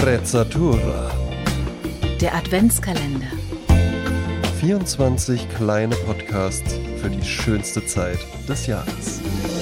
Sprezzatura. Der Adventskalender. 24 kleine Podcasts für die schönste Zeit des Jahres.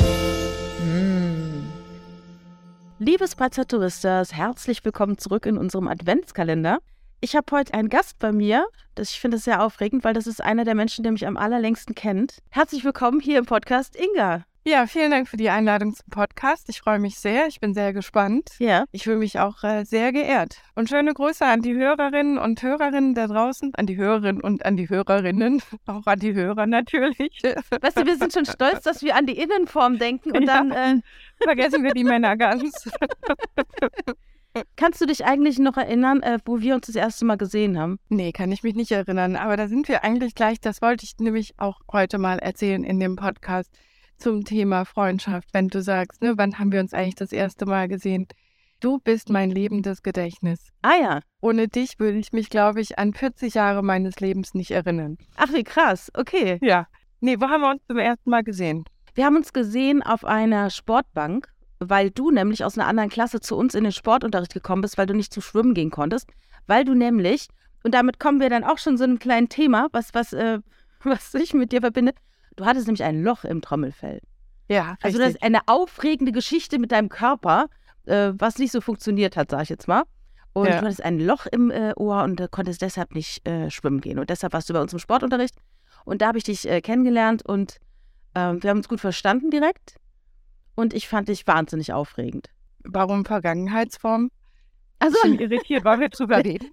Liebe Sprezzaturisters, herzlich willkommen zurück in unserem Adventskalender. Ich habe heute einen Gast bei mir. Ich finde es sehr aufregend, weil das ist einer der Menschen, der mich am allerlängsten kennt. Herzlich willkommen hier im Podcast, Inga. Ja, vielen Dank für die Einladung zum Podcast. Ich freue mich sehr. Ich bin sehr gespannt. Ja. Ich fühle mich auch sehr geehrt. Und schöne Grüße an die Hörerinnen und Hörerinnen da draußen, an die Hörerinnen und an die Hörerinnen, auch an die Hörer natürlich. Weißt du, wir sind schon stolz, dass wir an die Innenform denken und dann vergessen wir die Männer ganz. Kannst du dich eigentlich noch erinnern, wo wir uns das erste Mal gesehen haben? Nee, kann ich mich nicht erinnern. Aber da sind wir eigentlich gleich, das wollte ich nämlich auch heute mal erzählen in dem Podcast zum Thema Freundschaft. Wenn du sagst, ne, wann haben wir uns eigentlich das erste Mal gesehen? Du bist mein lebendes Gedächtnis. Ah ja. Ohne dich würde ich mich, glaube ich, an 40 Jahre meines Lebens nicht erinnern. Ach, wie krass. Okay. Ja. Nee, wo haben wir uns zum ersten Mal gesehen? Wir haben uns gesehen auf einer Sportbank, weil du nämlich aus einer anderen Klasse zu uns in den Sportunterricht gekommen bist, weil du nicht zum Schwimmen gehen konntest. Weil du nämlich, und damit kommen wir dann auch schon zu einem kleinen Thema, was ich mit dir verbinde. Du hattest nämlich ein Loch im Trommelfell. Ja, also das ist eine aufregende Geschichte mit deinem Körper, was nicht so funktioniert hat, sag ich jetzt mal. Und du hattest ein Loch im Ohr und konntest deshalb nicht schwimmen gehen. Und deshalb warst du bei uns im Sportunterricht. Und da habe ich dich kennengelernt und wir haben uns gut verstanden direkt. Und ich fand dich wahnsinnig aufregend. Warum Vergangenheitsform? Also ich bin irritiert, weil wir drüber reden.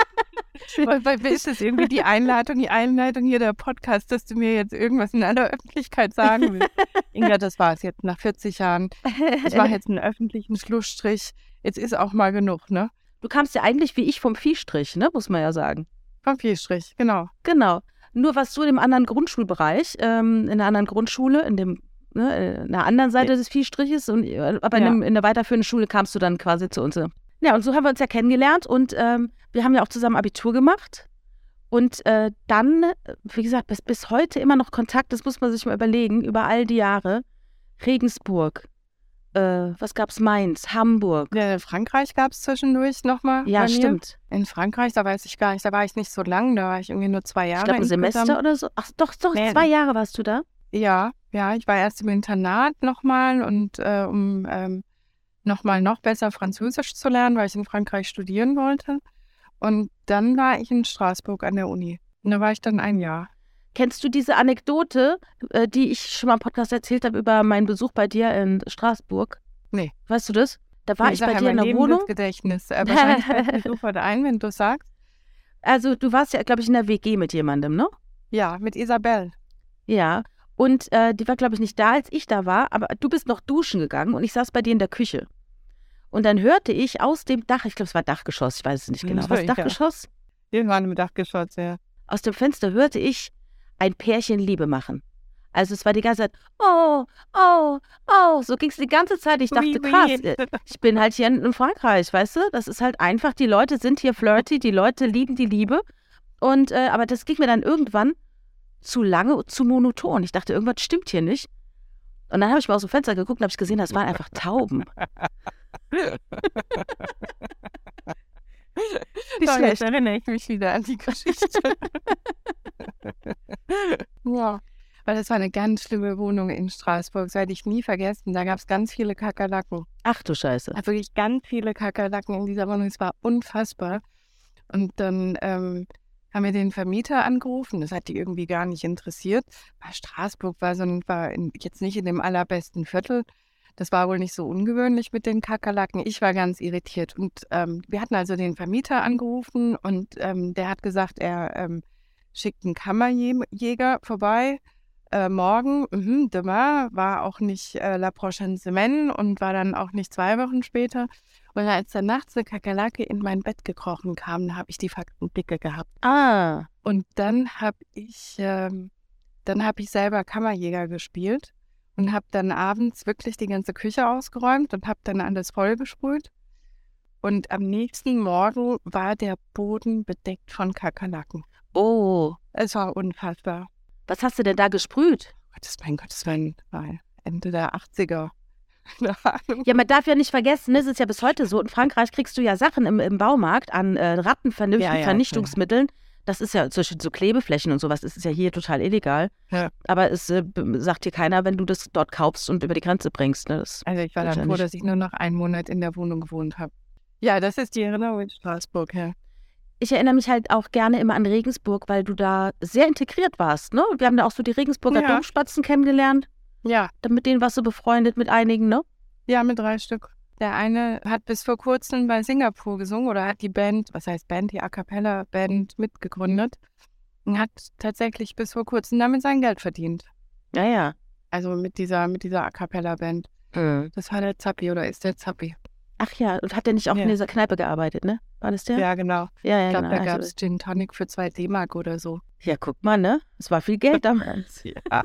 weil ist es irgendwie die Einleitung hier der Podcast, dass du mir jetzt irgendwas in aller Öffentlichkeit sagen willst. Inga, das war es jetzt nach 40 Jahren. Ich mache jetzt einen öffentlichen Schlussstrich. Jetzt ist auch mal genug, ne? Du kamst ja eigentlich wie ich vom Viehstrich, ne? Muss man ja sagen. Vom Viehstrich, genau. Genau. Nur warst du in einem anderen Grundschulbereich, in einer anderen Grundschule, in der anderen Seite des Viehstriches. Aber in der weiterführenden Schule kamst du dann quasi zu uns. Ja, und so haben wir uns ja kennengelernt und wir haben ja auch zusammen Abitur gemacht und dann, wie gesagt, bis heute immer noch Kontakt, das muss man sich mal überlegen, über all die Jahre. Regensburg, was gab's? Mainz, Hamburg. Ja, Frankreich gab es zwischendurch nochmal. Ja, stimmt. In Frankreich, da weiß ich gar nicht, da war ich nicht so lang, da war ich irgendwie nur 2 Jahre. Ich glaube, ein Semester oder so. Ach, doch, 2 Jahre warst du da? Ja, ich war erst im Internat nochmal und um noch besser Französisch zu lernen, weil ich in Frankreich studieren wollte. Und dann war ich in Straßburg an der Uni. Und da war ich dann 1 Jahr. Kennst du diese Anekdote, die ich schon mal im Podcast erzählt habe über meinen Besuch bei dir in Straßburg? Nee. Weißt du das? Da war ich bei dir in der Wohnung. Gedächtnis. Wahrscheinlich fällt mir sofort ein, wenn du es sagst. Also du warst ja, glaube ich, in der WG mit jemandem, ne? Ja, mit Isabel. Ja. Und die war, glaube ich, nicht da, als ich da war, aber du bist noch duschen gegangen und ich saß bei dir in der Küche. Und dann hörte ich aus dem Dach, ich glaube, es war Dachgeschoss, ich weiß es nicht genau. Was, Dachgeschoss? Wir waren im Dachgeschoss, ja. Aus dem Fenster hörte ich ein Pärchen Liebe machen. Also es war die ganze Zeit, oh, oh, oh, so ging es die ganze Zeit. Ich dachte, krass, ich bin halt hier in Frankreich, weißt du? Das ist halt einfach, die Leute sind hier flirty, die Leute lieben die Liebe. Und aber das ging mir dann irgendwann zu lange, zu monoton. Ich dachte, irgendwas stimmt hier nicht. Und dann habe ich mal aus dem Fenster geguckt und habe gesehen, das waren einfach Tauben. Jetzt erinnere ich mich wieder an die Geschichte. Ja, weil das war eine ganz schlimme Wohnung in Straßburg, das werde ich nie vergessen. Da gab es ganz viele Kakerlaken. Ach du Scheiße. Also wirklich ganz viele Kakerlaken in dieser Wohnung, es war unfassbar. Und dann haben wir den Vermieter angerufen, das hat die irgendwie gar nicht interessiert. Weil Straßburg war jetzt nicht in dem allerbesten Viertel. Das war wohl nicht so ungewöhnlich mit den Kakerlaken. Ich war ganz irritiert. Und wir hatten also den Vermieter angerufen und der hat gesagt, er schickt einen Kammerjäger vorbei. Morgen, demain, war auch nicht la prochaine semaine und war dann auch nicht 2 Wochen später. Und als dann nachts eine Kakerlake in mein Bett gekrochen kam, habe ich die Fakten dicke gehabt. Ah. Und dann habe ich selber Kammerjäger gespielt. Und habe dann abends wirklich die ganze Küche ausgeräumt und habe dann alles vollgesprüht. Und am nächsten Morgen war der Boden bedeckt von Kakerlaken. Oh. Es war unfassbar. Was hast du denn da gesprüht? Mein Gott, das war Ende der 80er. Ja, man darf ja nicht vergessen, es ist ja bis heute so, in Frankreich kriegst du ja Sachen im Baumarkt an Rattenvernichtungsmitteln. Das ist ja zum Beispiel so Klebeflächen und sowas, das ist ja hier total illegal. Ja. Aber es sagt dir keiner, wenn du das dort kaufst und über die Grenze bringst. Ne? Also ich war dann froh, dass ich nur noch einen Monat in der Wohnung gewohnt habe. Ja, das ist die Erinnerung in Straßburg, ja. Ich erinnere mich halt auch gerne immer an Regensburg, weil du da sehr integriert warst, ne? Wir haben da auch so die Regensburger Domspatzen kennengelernt. Ja. Mit denen warst du befreundet, mit einigen, ne? Ja, mit 3 Stück. Der eine hat bis vor kurzem bei Singapur gesungen oder hat die Band, was heißt Band, die A-Cappella-Band mitgegründet und hat tatsächlich bis vor kurzem damit sein Geld verdient. Ja, ja. Also mit dieser A-Cappella-Band. Das war der Zappi oder ist der Zappi. Ach ja, und hat der nicht auch in dieser Kneipe gearbeitet, ne? War das der? Ja, genau. Ja, ich glaube, da gab es Gin Tonic für 2 D-Mark oder so. Ja, guck mal, ne? Es war viel Geld damals. Ja.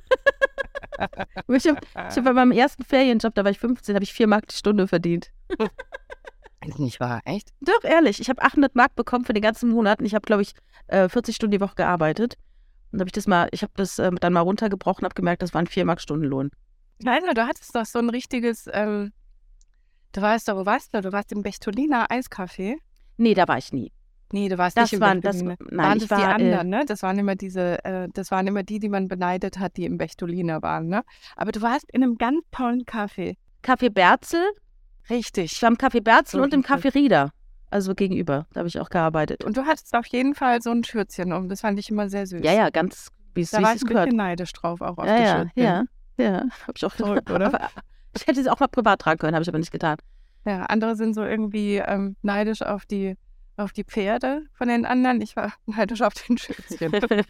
Ich hab bei meinem ersten Ferienjob, da war ich 15, habe ich 4 Mark die Stunde verdient. Ist nicht wahr, echt? Doch, ehrlich. Ich habe 800 Mark bekommen für den ganzen Monat und ich habe, glaube ich, 40 Stunden die Woche gearbeitet. Und ich habe das dann mal runtergebrochen, habe gemerkt, das waren 4 Mark Stundenlohn. Nein, du hattest doch so ein richtiges, wo warst du? Du warst im Bechtoliner Eiscafé? Nee, da war ich nie. Nee, du warst nicht im Bechtoliner. Nein, das die anderen, ne? Das waren immer die man beneidet hat, die im Bechtoliner waren, ne? Aber du warst in einem ganz tollen Café. Café Berzel? Richtig. Ich war im Café Berzel und im Café Rieder. Also gegenüber. Da habe ich auch gearbeitet. Und du hattest auf jeden Fall so ein Schürzchen um. Das fand ich immer sehr süß. Ja, ganz, wie es gehört. Da war ich ein bisschen neidisch drauf, auch auf die Schürzchen. Ja. Hab ich auch verrückt, oder? Aber ich hätte sie auch mal privat tragen können, habe ich aber nicht getan. Ja, andere sind so irgendwie neidisch auf die Pferde von den anderen. Ich war neidisch auf den Schürzchen.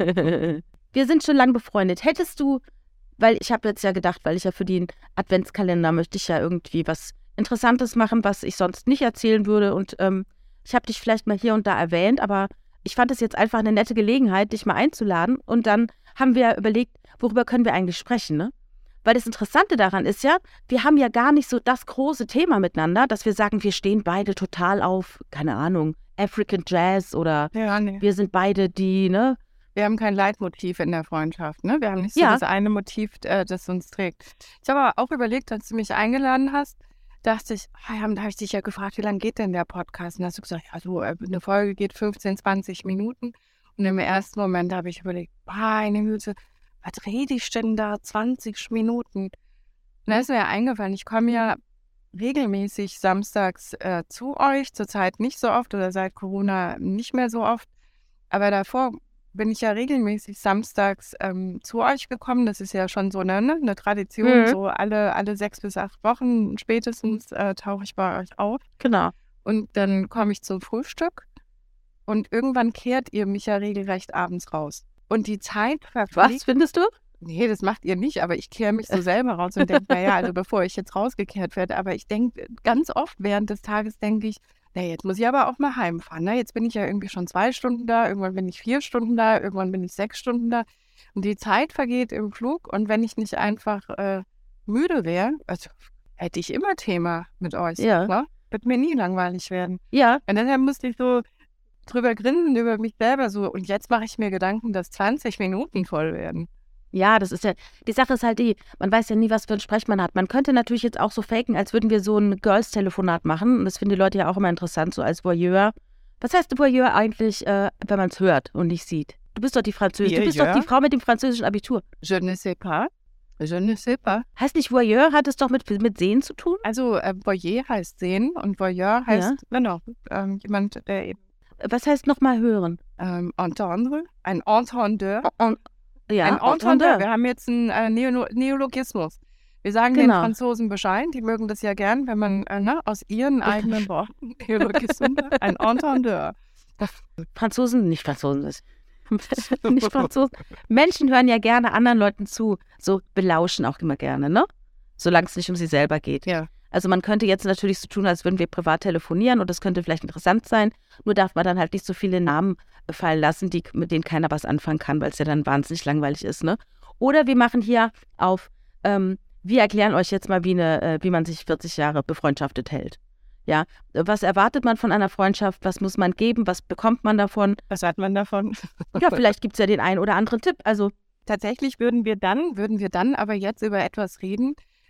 Wir sind schon lange befreundet. Hättest du, weil ich habe jetzt ja gedacht, weil ich ja für den Adventskalender möchte ich ja irgendwie was Interessantes machen, was ich sonst nicht erzählen würde. Und ich habe dich vielleicht mal hier und da erwähnt, aber ich fand es jetzt einfach eine nette Gelegenheit, dich mal einzuladen. Und dann haben wir überlegt, worüber können wir eigentlich sprechen, ne? Weil das Interessante daran ist ja, wir haben ja gar nicht so das große Thema miteinander, dass wir sagen, wir stehen beide total auf, keine Ahnung, African Jazz oder wir sind beide die, ne? Wir haben kein Leitmotiv in der Freundschaft, ne? Wir haben nicht so das eine Motiv, das uns trägt. Ich habe aber auch überlegt, als du mich eingeladen hast, dachte ich, da habe ich dich ja gefragt, wie lange geht denn der Podcast? Und dann hast du gesagt, ja, so eine Folge geht 15, 20 Minuten. Und im ersten Moment habe ich überlegt, meine Güte, was rede ich denn da 20 Minuten? Und da ist mir ja eingefallen, ich komme ja regelmäßig samstags zu euch, zurzeit nicht so oft oder seit Corona nicht mehr so oft, aber davor bin ich ja regelmäßig samstags zu euch gekommen. Das ist ja schon so eine Tradition, so alle 6 bis 8 Wochen spätestens tauche ich bei euch auf. Genau. Und dann komme ich zum Frühstück und irgendwann kehrt ihr mich ja regelrecht abends raus. Und die Zeit verfliegt. Was findest du? Nee, das macht ihr nicht, aber ich kehre mich so selber raus und denke, also bevor ich jetzt rausgekehrt werde, aber ich denke, ganz oft während des Tages denke ich, jetzt muss ich aber auch mal heimfahren. Ne? Jetzt bin ich ja irgendwie schon 2 Stunden da, irgendwann bin ich 4 Stunden da, irgendwann bin ich 6 Stunden da. Und die Zeit vergeht im Flug und wenn ich nicht einfach müde wäre, also hätte ich immer Thema mit euch. Ja. Ne? Wird mir nie langweilig werden. Ja. Und deshalb musste ich so drüber grinsen, über mich selber so. Und jetzt mache ich mir Gedanken, dass 20 Minuten voll werden. Ja, das ist ja, die Sache ist halt man weiß ja nie, was für ein Sprech man hat. Man könnte natürlich jetzt auch so faken, als würden wir so ein Girls-Telefonat machen. Und das finden die Leute ja auch immer interessant, so als Voyeur. Was heißt Voyeur eigentlich, wenn man es hört und nicht sieht? Du bist doch die Französische, du bist doch die Frau mit dem französischen Abitur. Je ne sais pas. Je ne sais pas. Heißt nicht Voyeur, hat es doch mit Sehen zu tun? Also Voyeur heißt sehen und Voyeur heißt, jemand, der eben. Was heißt nochmal hören? Entendre, ein Entendeur. Ein Entendeur. Wir haben jetzt einen Neologismus. Wir sagen den Franzosen Bescheid, die mögen das ja gern, wenn man aus ihren eigenen Worten Neologismus, ein Entendeur. Nicht Franzosen. Menschen hören ja gerne anderen Leuten zu, so belauschen auch immer gerne, ne? Solange es nicht um sie selber geht. Ja. Also man könnte jetzt natürlich so tun, als würden wir privat telefonieren und das könnte vielleicht interessant sein, nur darf man dann halt nicht so viele Namen fallen lassen, mit denen keiner was anfangen kann, weil es ja dann wahnsinnig langweilig ist, ne? Oder wir machen hier auf, wir erklären euch jetzt mal, wie man sich 40 Jahre befreundschaftet hält. Ja, was erwartet man von einer Freundschaft? Was muss man geben? Was bekommt man davon? Was hat man davon? Ja, vielleicht gibt es ja den einen oder anderen Tipp. Also tatsächlich würden wir dann aber jetzt über etwas reden,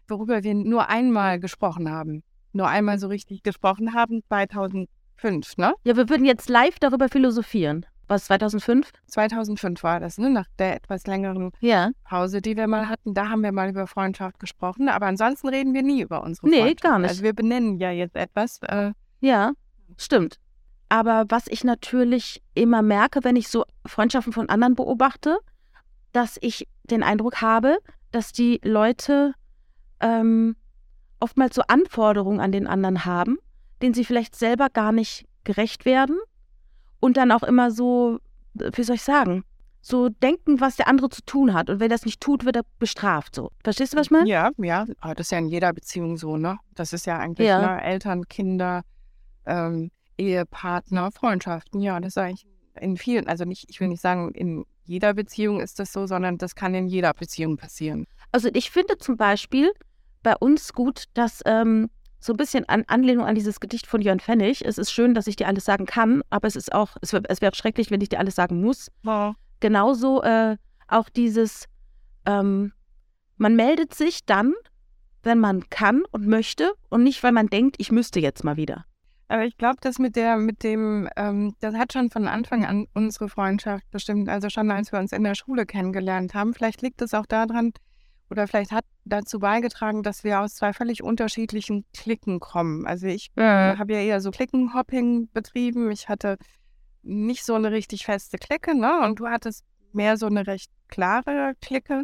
worüber wir nur einmal gesprochen haben. Nur einmal so richtig gesprochen haben, 2005, ne? Ja, wir würden jetzt live darüber philosophieren. Was, 2005? 2005 war das, ne? Nach der etwas längeren Ja. Pause, die wir mal hatten. Da haben wir mal über Freundschaft gesprochen. Aber ansonsten reden wir nie über unsere Freundschaft. Nee, gar nicht. Also wir benennen ja jetzt etwas. Ja, stimmt. Aber was ich natürlich immer merke, wenn ich so Freundschaften von anderen beobachte, dass ich den Eindruck habe, dass die Leute oftmals so Anforderungen an den anderen haben, denen sie vielleicht selber gar nicht gerecht werden und dann auch immer so, wie soll ich sagen, so denken, was der andere zu tun hat. Und wenn er das nicht tut, wird er bestraft. So. Verstehst du, was ich meine? Ja. Aber das ist ja in jeder Beziehung so, ne? Das ist ja eigentlich ne? Eltern, Kinder, Ehepartner, Freundschaften. Ja, das ist eigentlich in vielen, also nicht, ich will nicht sagen, in jeder Beziehung ist das so, sondern das kann in jeder Beziehung passieren. Also ich finde zum Beispiel bei uns gut, dass so ein bisschen an Anlehnung an dieses Gedicht von Jörn Pfennig, es ist schön, dass ich dir alles sagen kann, aber es wäre auch schrecklich, wenn ich dir alles sagen muss. Ja. Genauso auch dieses, man meldet sich dann, wenn man kann und möchte und nicht, weil man denkt, ich müsste jetzt mal wieder. Aber ich glaube, das das hat schon von Anfang an unsere Freundschaft bestimmt, also schon als wir uns in der Schule kennengelernt haben. Vielleicht liegt es auch daran, oder vielleicht hat dazu beigetragen, dass wir aus zwei völlig unterschiedlichen Cliquen kommen. Also ich habe ja eher so Cliquen-Hopping betrieben. Ich hatte nicht so eine richtig feste Clique, ne? Und du hattest mehr so eine recht klare Clique.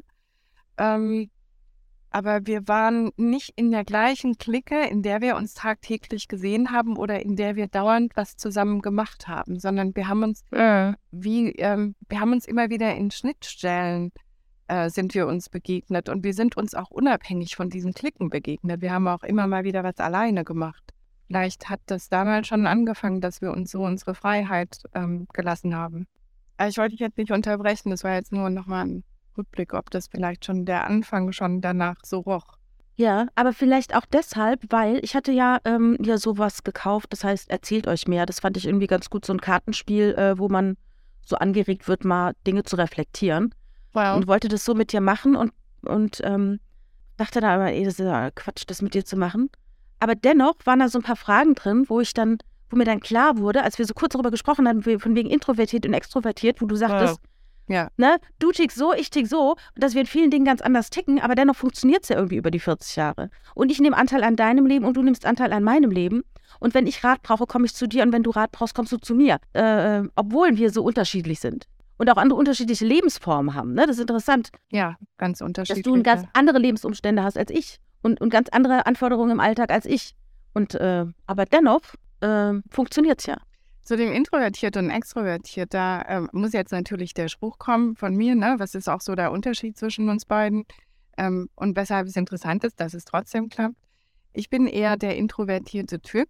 Aber wir waren nicht in der gleichen Clique, in der wir uns tagtäglich gesehen haben oder in der wir dauernd was zusammen gemacht haben, sondern wir haben uns wir haben uns immer wieder in Schnittstellen sind wir uns begegnet und wir sind uns auch unabhängig von diesen Cliquen begegnet. Wir haben auch immer mal wieder was alleine gemacht. Vielleicht hat das damals schon angefangen, dass wir uns so unsere Freiheit gelassen haben. Aber ich wollte dich jetzt nicht unterbrechen, das war jetzt nur nochmal ein Rückblick, ob das vielleicht schon der Anfang schon danach so roch. Ja, aber vielleicht auch deshalb, weil ich hatte ja sowas gekauft, das heißt, erzählt euch mehr. Das fand ich irgendwie ganz gut, so ein Kartenspiel, wo man so angeregt wird, mal Dinge zu reflektieren. Wow. Und wollte das so mit dir machen und dachte dann aber, das ist ja Quatsch, das mit dir zu machen. Aber dennoch waren da so ein paar Fragen drin, wo mir dann klar wurde, als wir so kurz darüber gesprochen haben, von wegen introvertiert und extrovertiert, wo du sagtest, ne, du tickst so, ich tick so, dass wir in vielen Dingen ganz anders ticken, aber dennoch funktioniert es ja irgendwie über die 40 Jahre. Und ich nehme Anteil an deinem Leben und du nimmst Anteil an meinem Leben. Und wenn ich Rat brauche, komme ich zu dir und wenn du Rat brauchst, kommst du zu mir. Obwohl wir so unterschiedlich sind. Und auch andere unterschiedliche Lebensformen haben. Ne? Das ist interessant. Ja, ganz unterschiedlich. Dass du ganz andere Lebensumstände hast als ich und ganz andere Anforderungen im Alltag als ich. Und aber dennoch funktioniert es ja. Zu dem Introvertiert und Extrovertiert, da muss jetzt natürlich der Spruch kommen von mir, ne? Was ist auch so der Unterschied zwischen uns beiden? Und weshalb es interessant ist, dass es trotzdem klappt. Ich bin eher der introvertierte Typ.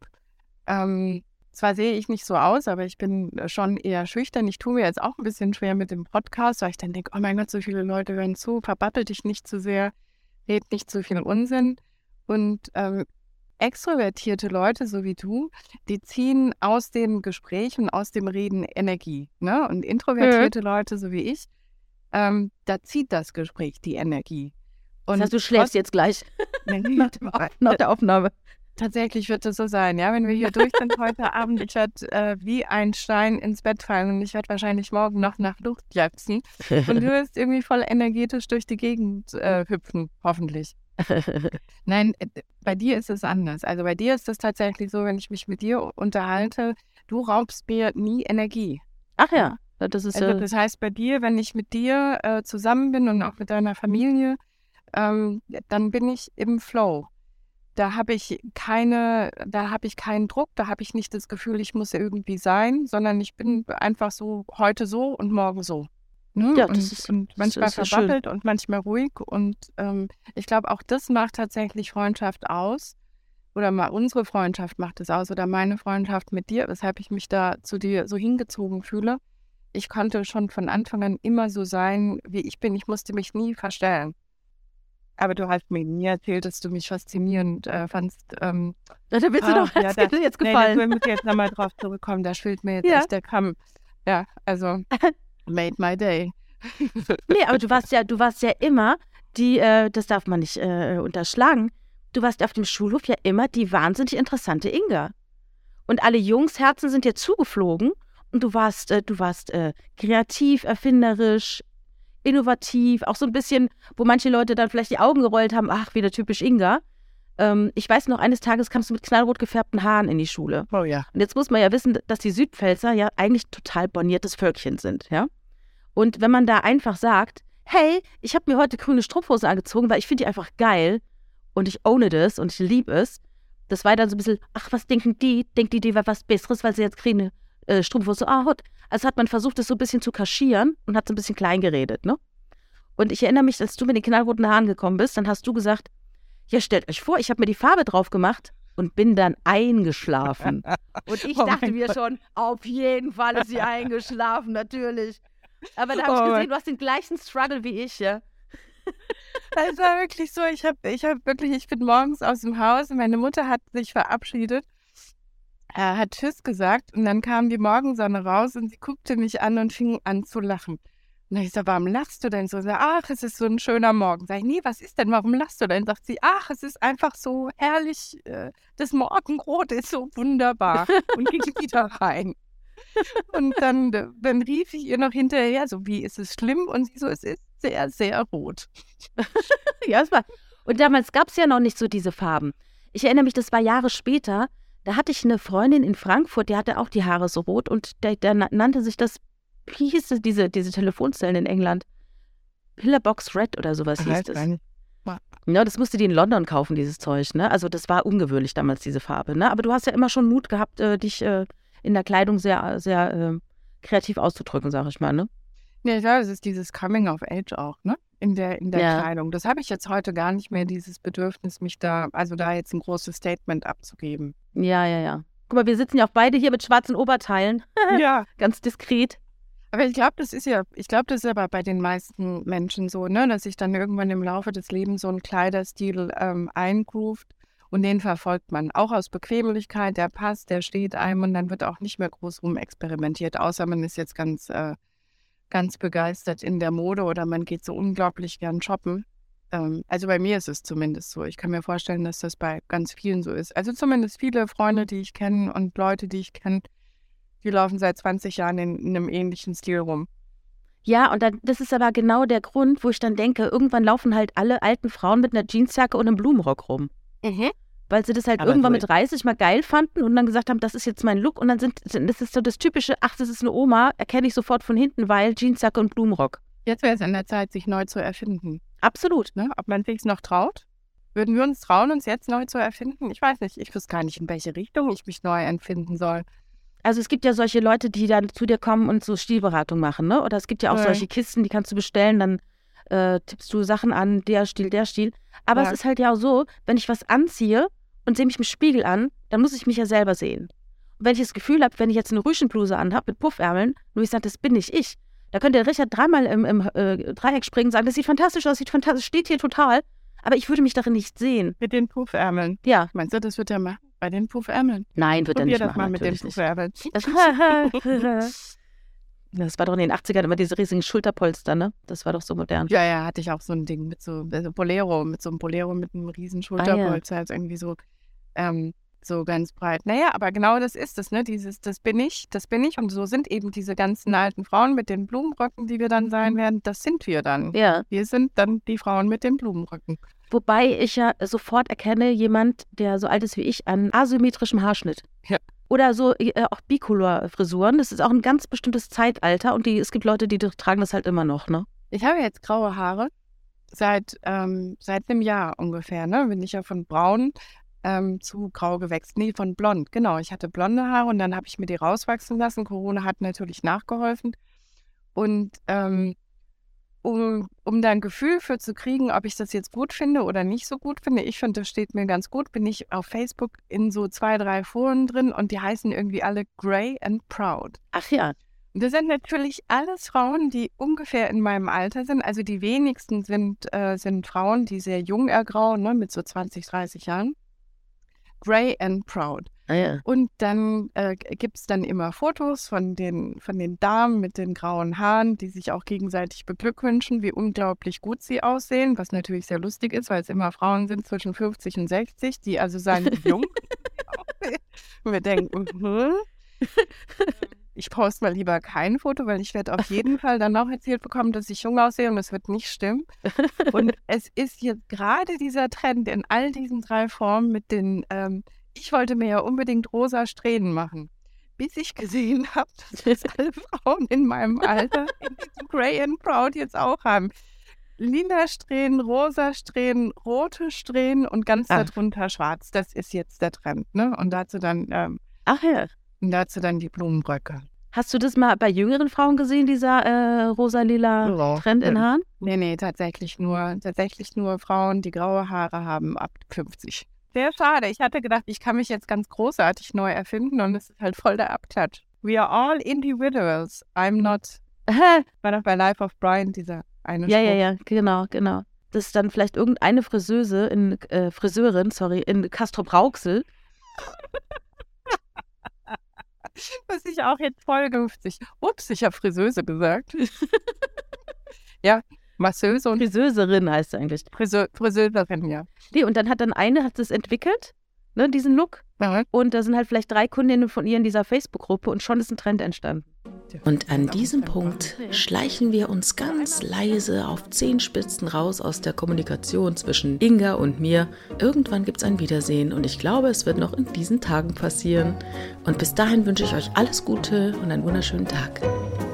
Zwar sehe ich nicht so aus, aber ich bin schon eher schüchtern. Ich tue mir jetzt auch ein bisschen schwer mit dem Podcast, weil ich dann denke, oh mein Gott, so viele Leute hören zu, verbabbel dich nicht zu sehr, red nicht zu viel Unsinn. Und extrovertierte Leute, so wie du, die ziehen aus dem Gespräch und aus dem Reden Energie. Ne? Und introvertierte Leute, so wie ich, da zieht das Gespräch die Energie. Und das heißt, du schläfst jetzt gleich nach der Aufnahme. Tatsächlich wird es so sein, ja, wenn wir hier durch sind heute Abend, ich werde wie ein Stein ins Bett fallen und ich werde wahrscheinlich morgen noch nach Luft japsen und du wirst irgendwie voll energetisch durch die Gegend hüpfen, hoffentlich. Nein, bei dir ist es anders. Also bei dir ist es tatsächlich so, wenn ich mich mit dir unterhalte, du raubst mir nie Energie. Ach ja, das ist also das heißt bei dir, wenn ich mit dir zusammen bin und auch mit deiner Familie, dann bin ich im Flow. Da habe ich keinen Druck, da habe ich nicht das Gefühl, ich muss ja irgendwie sein, sondern ich bin einfach so heute so und morgen so. Ne? Ja, und manchmal verbabbelt und manchmal ruhig. Und ich glaube, auch das macht tatsächlich Freundschaft aus. Oder mal unsere Freundschaft macht es aus oder meine Freundschaft mit dir, weshalb ich mich da zu dir so hingezogen fühle. Ich konnte schon von Anfang an immer so sein, wie ich bin. Ich musste mich nie verstellen. Aber du hast mir nie erzählt, dass du mich faszinierend fandst. Da willst du doch jetzt gefallen. Nee, da muss ich jetzt nochmal drauf zurückkommen. Da schwillt mir jetzt echt der Kamm. Ja, also made my day. Nee, aber du warst ja immer das darf man nicht unterschlagen, du warst auf dem Schulhof ja immer die wahnsinnig interessante Inga. Und alle Jungsherzen sind dir zugeflogen und du warst kreativ, erfinderisch, innovativ, auch so ein bisschen, wo manche Leute dann vielleicht die Augen gerollt haben, ach, wieder typisch Inga. Ich weiß noch, eines Tages kamst du mit knallrot gefärbten Haaren in die Schule. Oh ja. Und jetzt muss man ja wissen, dass die Südpfälzer ja eigentlich total borniertes Völkchen sind, ja. Und wenn man da einfach sagt, hey, ich habe mir heute grüne Strumpfhosen angezogen, weil ich finde die einfach geil und ich owne das und ich liebe es, das war dann so ein bisschen, ach, was denken die? Denkt die wäre was Besseres, weil sie jetzt grüne Strumpfhosen hat? Also hat man versucht, das so ein bisschen zu kaschieren und hat so ein bisschen klein geredet, ne? Und ich erinnere mich, als du mit den knallroten Haaren gekommen bist, dann hast du gesagt, ja, stellt euch vor, ich habe mir die Farbe drauf gemacht und bin dann eingeschlafen. Und ich dachte mir schon, auf jeden Fall ist sie eingeschlafen, natürlich. Aber da habe ich gesehen, du hast den gleichen Struggle wie ich, ja. Es war wirklich so, ich bin morgens aus dem Haus und meine Mutter hat sich verabschiedet, hat Tschüss gesagt und dann kam die Morgensonne raus und sie guckte mich an und fing an zu lachen. Und ich so, warum lachst du denn so? Sag, ach, es ist so ein schöner Morgen. Sag ich, nee, was ist denn, warum lachst du denn? Sagt sie, ach, es ist einfach so herrlich, das Morgenrot ist so wunderbar. Und ging wieder rein. Und dann rief ich ihr noch hinterher, so, wie ist es schlimm? Und sie so, es ist sehr, sehr rot. Ja, es war. Und damals gab es ja noch nicht so diese Farben. Ich erinnere mich, das war Jahre später, da hatte ich eine Freundin in Frankfurt, die hatte auch die Haare so rot und der nannte sich das, wie hieß es, diese Telefonzellen in England? Pillarbox Red oder sowas hieß das. Ja, das musste die in London kaufen, dieses Zeug, ne? Also das war ungewöhnlich damals, diese Farbe, ne? Aber du hast ja immer schon Mut gehabt, dich in der Kleidung sehr, sehr kreativ auszudrücken, sag ich mal, ne? Ja, klar, das ist dieses Coming of Age auch, ne? In der Kleidung. Das habe ich jetzt heute gar nicht mehr, dieses Bedürfnis, mich da jetzt ein großes Statement abzugeben. Ja. Guck mal, wir sitzen ja auch beide hier mit schwarzen Oberteilen. Ja. Ganz diskret. Aber ich glaube, das ist aber bei den meisten Menschen so, ne, dass sich dann irgendwann im Laufe des Lebens so ein Kleiderstil eingroovt und den verfolgt man. Auch aus Bequemlichkeit, der passt, der steht einem und dann wird auch nicht mehr groß rumexperimentiert, außer man ist jetzt ganz begeistert in der Mode oder man geht so unglaublich gern shoppen. Also bei mir ist es zumindest so. Ich kann mir vorstellen, dass das bei ganz vielen so ist. Also zumindest viele Freunde, die ich kenne und Leute, die ich kenne, die laufen seit 20 Jahren in einem ähnlichen Stil rum. Ja, und das ist aber genau der Grund, wo ich dann denke, irgendwann laufen halt alle alten Frauen mit einer Jeansjacke und einem Blumenrock rum. Weil sie das halt irgendwann mit 30 mal geil fanden und dann gesagt haben, das ist jetzt mein Look. Und dann das ist so das typische, ach, das ist eine Oma, erkenne ich sofort von hinten, weil Jeansjacke und Blumenrock. Jetzt wäre es an der Zeit, sich neu zu erfinden. Absolut. Ne? Ob man sich noch traut? Würden wir uns trauen, uns jetzt neu zu erfinden? Ich weiß nicht, ich wüsste gar nicht, in welche Richtung ich mich neu erfinden soll. Also es gibt ja solche Leute, die dann zu dir kommen und so Stilberatung machen, ne? Oder es gibt ja auch solche Kisten, die kannst du bestellen, dann tippst du Sachen an, der Stil. Aber es ist halt ja auch so, wenn ich was anziehe und sehe mich im Spiegel an, dann muss ich mich ja selber sehen. Und wenn ich das Gefühl habe, wenn ich jetzt eine Rüschenbluse anhabe mit Puffärmeln, nur ich sage, das bin nicht ich, da könnte der Richard dreimal im Dreieck springen und sagen, das sieht fantastisch aus, steht hier total, aber ich würde mich darin nicht sehen. Mit den Puffärmeln? Ja. Meinst du, das wird er machen? Bei den Puffärmeln? Nein, wird er nicht machen. Probier das mal mit den Puffärmeln. Das war doch in den 80ern immer diese riesigen Schulterpolster, ne? Das war doch so modern. Ja, hatte ich auch so ein Ding mit so einem Bolero mit einem riesen Schulterpolster, also irgendwie so ganz breit. Naja, aber genau das ist es, ne? Das bin ich. Und so sind eben diese ganzen alten Frauen mit den Blumenröcken, die wir dann sein werden, das sind wir dann. Ja. Wir sind dann die Frauen mit den Blumenröcken. Wobei ich ja sofort erkenne, jemand, der so alt ist wie ich, an asymmetrischem Haarschnitt. Ja. Oder so auch Bicolor-Frisuren. Das ist auch ein ganz bestimmtes Zeitalter und es gibt Leute, die tragen das halt immer noch, ne? Ich habe jetzt graue Haare seit einem Jahr ungefähr, ne? Bin ich ja von braun zu grau gewechselt. Nee, von blond, genau. Ich hatte blonde Haare und dann habe ich mir die rauswachsen lassen. Corona hat natürlich nachgeholfen. Und um da ein Gefühl für zu kriegen, ob ich das jetzt gut finde oder nicht so gut finde, ich finde, das steht mir ganz gut, bin ich auf Facebook in so 2, 3 Foren drin und die heißen irgendwie alle Grey and Proud. Ach ja. Und das sind natürlich alles Frauen, die ungefähr in meinem Alter sind. Also die wenigsten sind Frauen, die sehr jung ergrauen, ne, mit so 20, 30 Jahren. Grey and Proud. Ah, ja. Und dann gibt es dann immer Fotos von den Damen mit den grauen Haaren, die sich auch gegenseitig beglückwünschen, wie unglaublich gut sie aussehen, was natürlich sehr lustig ist, weil es immer Frauen sind zwischen 50 und 60, die also seien jung aussehen. Und wir denken, ich poste mal lieber kein Foto, weil ich werde auf jeden Fall dann auch erzählt bekommen, dass ich jung aussehe und das wird nicht stimmen. Und es ist jetzt gerade dieser Trend in all diesen 3 Formen mit den, ich wollte mir ja unbedingt rosa Strähnen machen, bis ich gesehen habe, dass alle Frauen in meinem Alter in diesem Grey and Proud jetzt auch haben. Lila Strähnen, rosa Strähnen, rote Strähnen und ganz darunter schwarz. Das ist jetzt der Trend, ne? Und dazu dann Ach ja. und dazu dann die Blumenröcke. Hast du das mal bei jüngeren Frauen gesehen, dieser rosa-lila Trend in Haaren? Nee, tatsächlich nur Frauen, die graue Haare haben ab 50. Sehr schade. Ich hatte gedacht, ich kann mich jetzt ganz großartig neu erfinden und es ist halt voll der Abklatsch. We are all individuals. I'm not. War doch bei Life of Brian dieser eine Spruch. Ja, genau. Das ist dann vielleicht irgendeine Friseurin in Castrop-Rauxel. Was ich auch jetzt voll 50. Ups, ich habe Friseuse gesagt. Ja, Masseuse und Friseurin heißt sie eigentlich. Friseurin, ja. Nee, und dann hat das entwickelt, ne, diesen Look. Ja. Und da sind halt vielleicht 3 Kundinnen von ihr in dieser Facebook-Gruppe und schon ist ein Trend entstanden. Und an diesem Punkt schleichen wir uns ganz leise auf Zehenspitzen raus aus der Kommunikation zwischen Inga und mir. Irgendwann gibt's ein Wiedersehen und ich glaube, es wird noch in diesen Tagen passieren. Und bis dahin wünsche ich euch alles Gute und einen wunderschönen Tag.